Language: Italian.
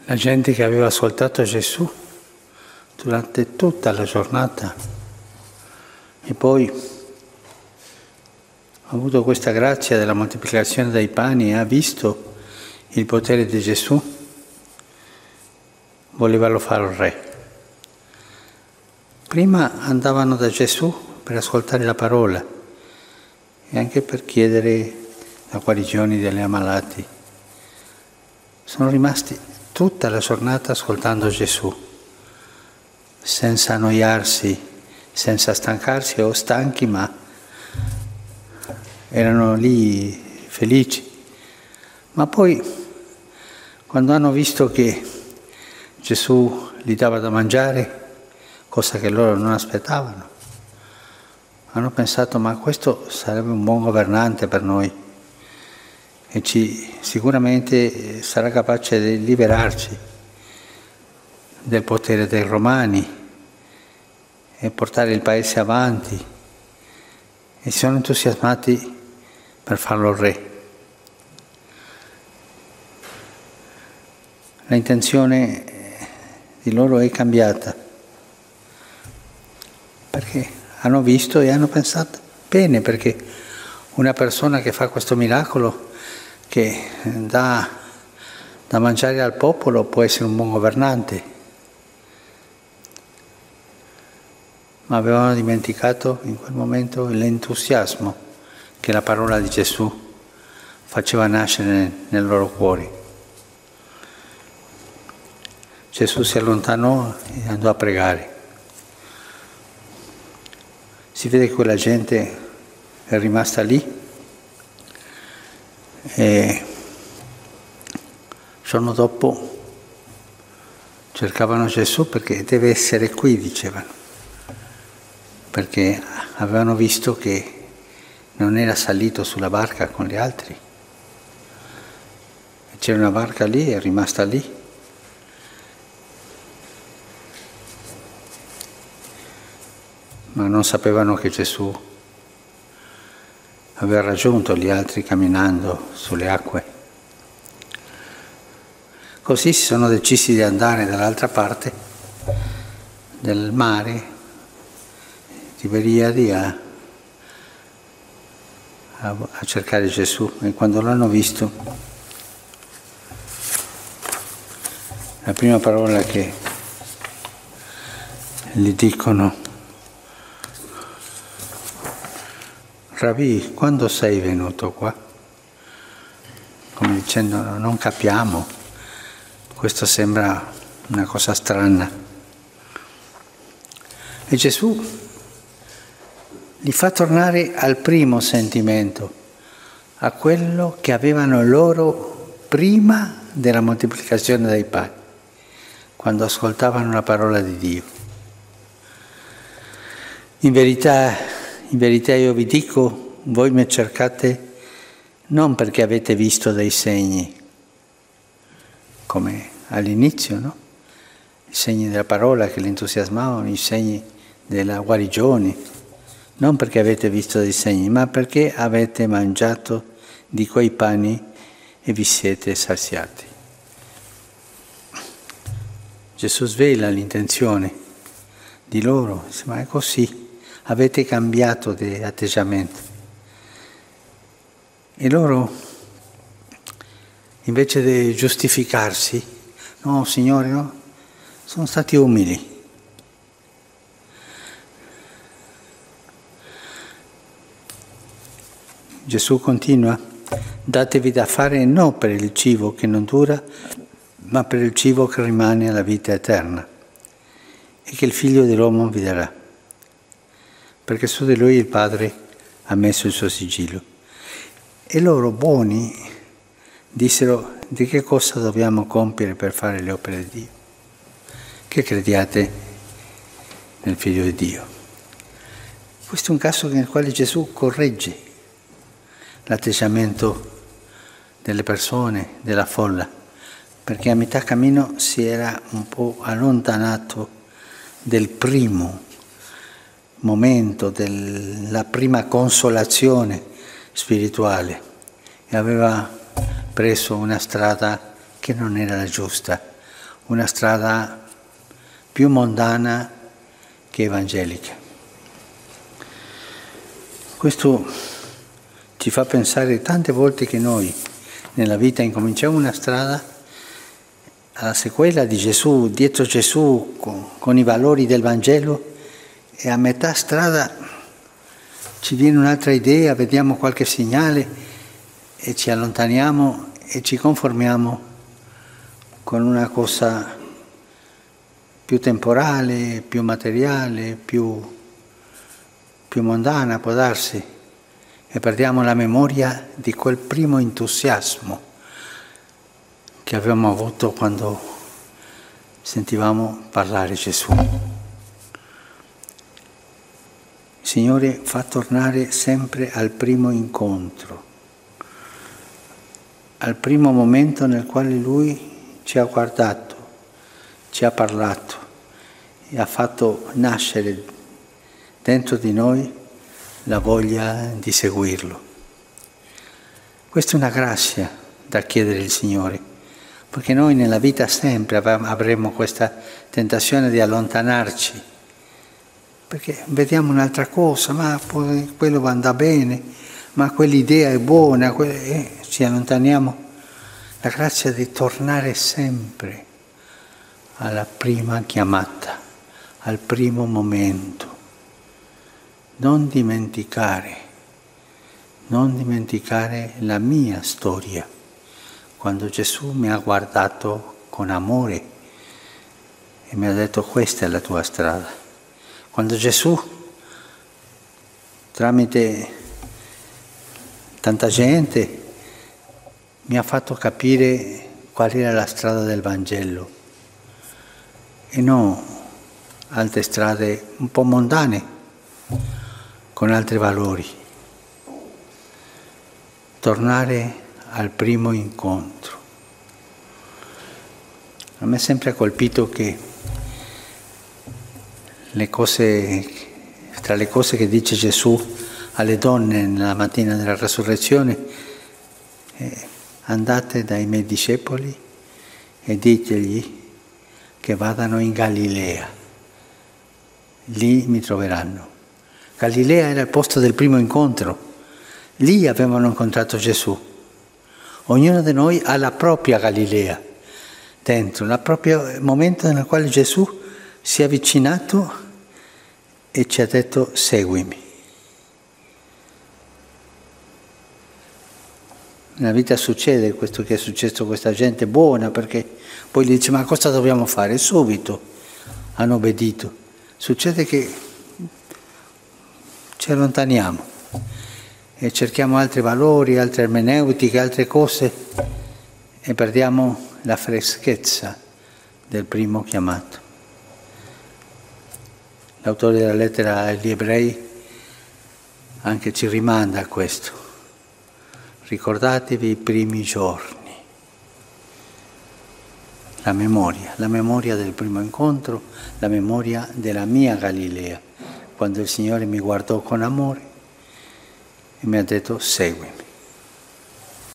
La gente che aveva ascoltato Gesù durante tutta la giornata e poi ha avuto questa grazia della moltiplicazione dei pani e ha visto il potere di Gesù, volevano fare il re. Prima andavano da Gesù per ascoltare la parola e anche per chiedere la guarigione degli ammalati. Sono rimasti tutta la giornata ascoltando Gesù, senza annoiarsi, senza stancarsi o stanchi, ma erano lì felici. Ma poi, quando hanno visto che Gesù gli dava da mangiare, cosa che loro non aspettavano, hanno pensato: ma questo sarebbe un buon governante per noi e sicuramente sarà capace di liberarci del potere dei Romani e portare il paese avanti, e si sono entusiasmati per farlo re. L'intenzione di loro è cambiata, perché hanno visto e hanno pensato bene, perché una persona che fa questo miracolo, che dà da mangiare al popolo, può essere un buon governante. Ma avevano dimenticato in quel momento l'entusiasmo che la parola di Gesù faceva nascere nei loro cuori. Gesù si allontanò e andò a pregare. Si vede che quella gente è rimasta lì e il giorno dopo cercavano Gesù perché deve essere qui, dicevano, perché avevano visto che non era salito sulla barca con gli altri. C'era una barca lì, è rimasta lì. Ma non sapevano che Gesù aveva raggiunto gli altri camminando sulle acque. Così si sono decisi di andare dall'altra parte del mare, Tiberiadi, a cercare Gesù. E quando l'hanno visto, la prima parola che gli dicono: Rabbi, quando sei venuto qua? Come dicendo: non capiamo, questo sembra una cosa strana. E Gesù li fa tornare al primo sentimento, a quello che avevano loro prima della moltiplicazione dei pani, quando ascoltavano la parola di Dio. In verità io vi dico, voi mi cercate non perché avete visto dei segni, come all'inizio, no? I segni della parola che li entusiasmavano, i segni della guarigione, non perché avete visto dei segni, ma perché avete mangiato di quei pani e vi siete saziati. Gesù svela l'intenzione di loro, dice: ma è così. Avete cambiato di atteggiamento. E loro, invece di giustificarsi, no, Signore, no, sono stati umili. Gesù continua: datevi da fare non per il cibo che non dura, ma per il cibo che rimane alla vita eterna, e che il Figlio dell'uomo vi darà. Perché su di lui il Padre ha messo il suo sigillo. E loro, buoni, dissero: di che cosa dobbiamo compiere per fare le opere di Dio? Che crediate nel Figlio di Dio. Questo è un caso nel quale Gesù corregge l'atteggiamento delle persone, della folla, perché a metà cammino si era un po' allontanato del primo momento, della prima consolazione spirituale, e aveva preso una strada che non era la giusta, una strada più mondana che evangelica. Questo ci fa pensare tante volte che noi nella vita incominciamo una strada alla sequela di Gesù, dietro Gesù, con i valori del Vangelo, e a metà strada ci viene un'altra idea, vediamo qualche segnale e ci allontaniamo e ci conformiamo con una cosa più temporale, più materiale, più mondana, può darsi, e perdiamo la memoria di quel primo entusiasmo che avevamo avuto quando sentivamo parlare Gesù. Il Signore fa tornare sempre al primo incontro, al primo momento nel quale Lui ci ha guardato, ci ha parlato e ha fatto nascere dentro di noi la voglia di seguirlo. Questa è una grazia da chiedere al Signore, perché noi nella vita sempre avremo questa tentazione di allontanarci, perché vediamo un'altra cosa, ma quello va andare bene, ma quell'idea è buona, ci allontaniamo. La grazia di tornare sempre alla prima chiamata, al primo momento. Non dimenticare la mia storia, quando Gesù mi ha guardato con amore e mi ha detto: questa è la tua strada. Quando Gesù, tramite tanta gente, mi ha fatto capire qual era la strada del Vangelo e non altre strade un po' mondane, con altri valori. Tornare al primo incontro. A me è sempre colpito che tra le cose che dice Gesù alle donne nella mattina della resurrezione, andate dai miei discepoli e ditegli che vadano in Galilea, lì mi troveranno. Galilea era il posto del primo incontro, lì avevano incontrato Gesù. Ognuno di noi ha la propria Galilea dentro, il proprio momento nel quale Gesù si è avvicinato e ci ha detto: seguimi. Nella vita succede questo che è successo a questa gente buona, perché poi gli dice: ma cosa dobbiamo fare? Subito hanno obbedito. Succede che ci allontaniamo e cerchiamo altri valori, altre ermeneutiche, altre cose e perdiamo la freschezza del primo chiamato. L'autore della lettera agli Ebrei anche ci rimanda a questo. Ricordatevi i primi giorni. La memoria del primo incontro, la memoria della mia Galilea, quando il Signore mi guardò con amore e mi ha detto: seguimi.